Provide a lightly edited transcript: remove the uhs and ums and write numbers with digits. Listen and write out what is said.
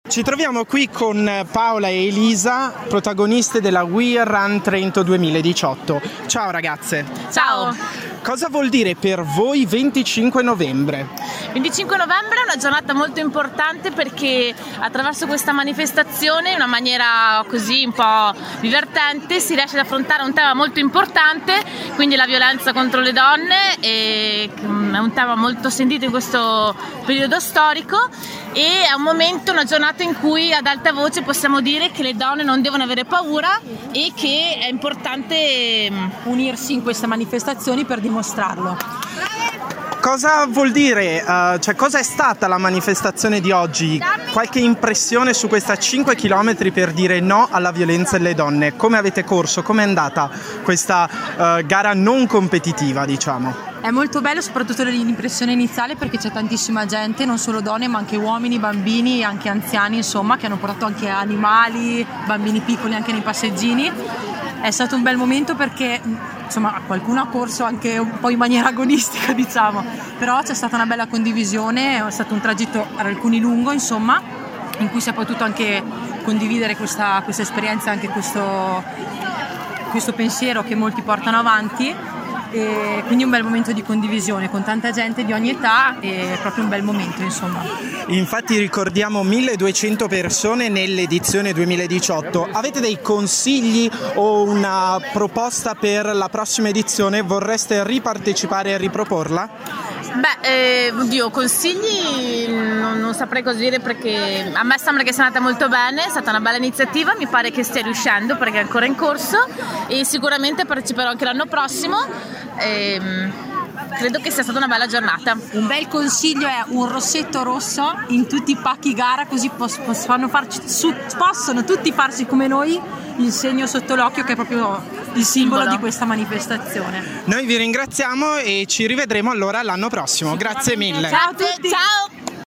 Ci troviamo qui con Paola e Elisa, protagoniste della We Run Trento 2018. Ciao ragazze. Ciao. Cosa vuol dire per voi 25 novembre? 25 novembre è una giornata molto importante perché attraverso questa manifestazione, in una maniera così un po' divertente, si riesce ad affrontare un tema molto importante, quindi la violenza contro le donne, è un tema molto sentito in questo periodo storico e è un momento, una giornata in cui ad alta voce possiamo dire che le donne non devono avere paura e che è importante unirsi in queste manifestazioni per dimostrarlo. Cosa vuol dire, cosa è stata la manifestazione di oggi? Qualche impressione su questa 5 km per dire no alla violenza alle donne? Come avete corso? Come è andata questa gara non competitiva, diciamo? È molto bello, soprattutto l'impressione iniziale, perché c'è tantissima gente, non solo donne ma anche uomini, bambini, anche anziani, insomma, che hanno portato anche animali, bambini piccoli anche nei passeggini. È stato un bel momento perché insomma qualcuno ha corso anche un po' in maniera agonistica, diciamo, però c'è stata una bella condivisione, è stato un tragitto per alcuni lungo, insomma, in cui si è potuto anche condividere questa esperienza, anche questo pensiero che molti portano avanti. E quindi un bel momento di condivisione con tanta gente di ogni età, e proprio un bel momento, insomma. Infatti ricordiamo 1200 persone nell'edizione 2018. Avete dei consigli o una proposta per la prossima edizione? Vorreste ripartecipare e riproporla? Oddio, consigli non saprei cosa dire, perché a me sembra che sia andata molto bene, è stata una bella iniziativa, mi pare che stia riuscendo perché è ancora in corso e sicuramente parteciperò anche l'anno prossimo. Credo che sia stata una bella giornata. Un bel consiglio è un rossetto rosso in tutti i pacchi gara, così possono tutti farsi come noi il segno sotto l'occhio, che è proprio il simbolo di questa manifestazione. Noi vi ringraziamo e ci rivedremo allora l'anno prossimo. Grazie mille. Ciao a tutti. Ciao.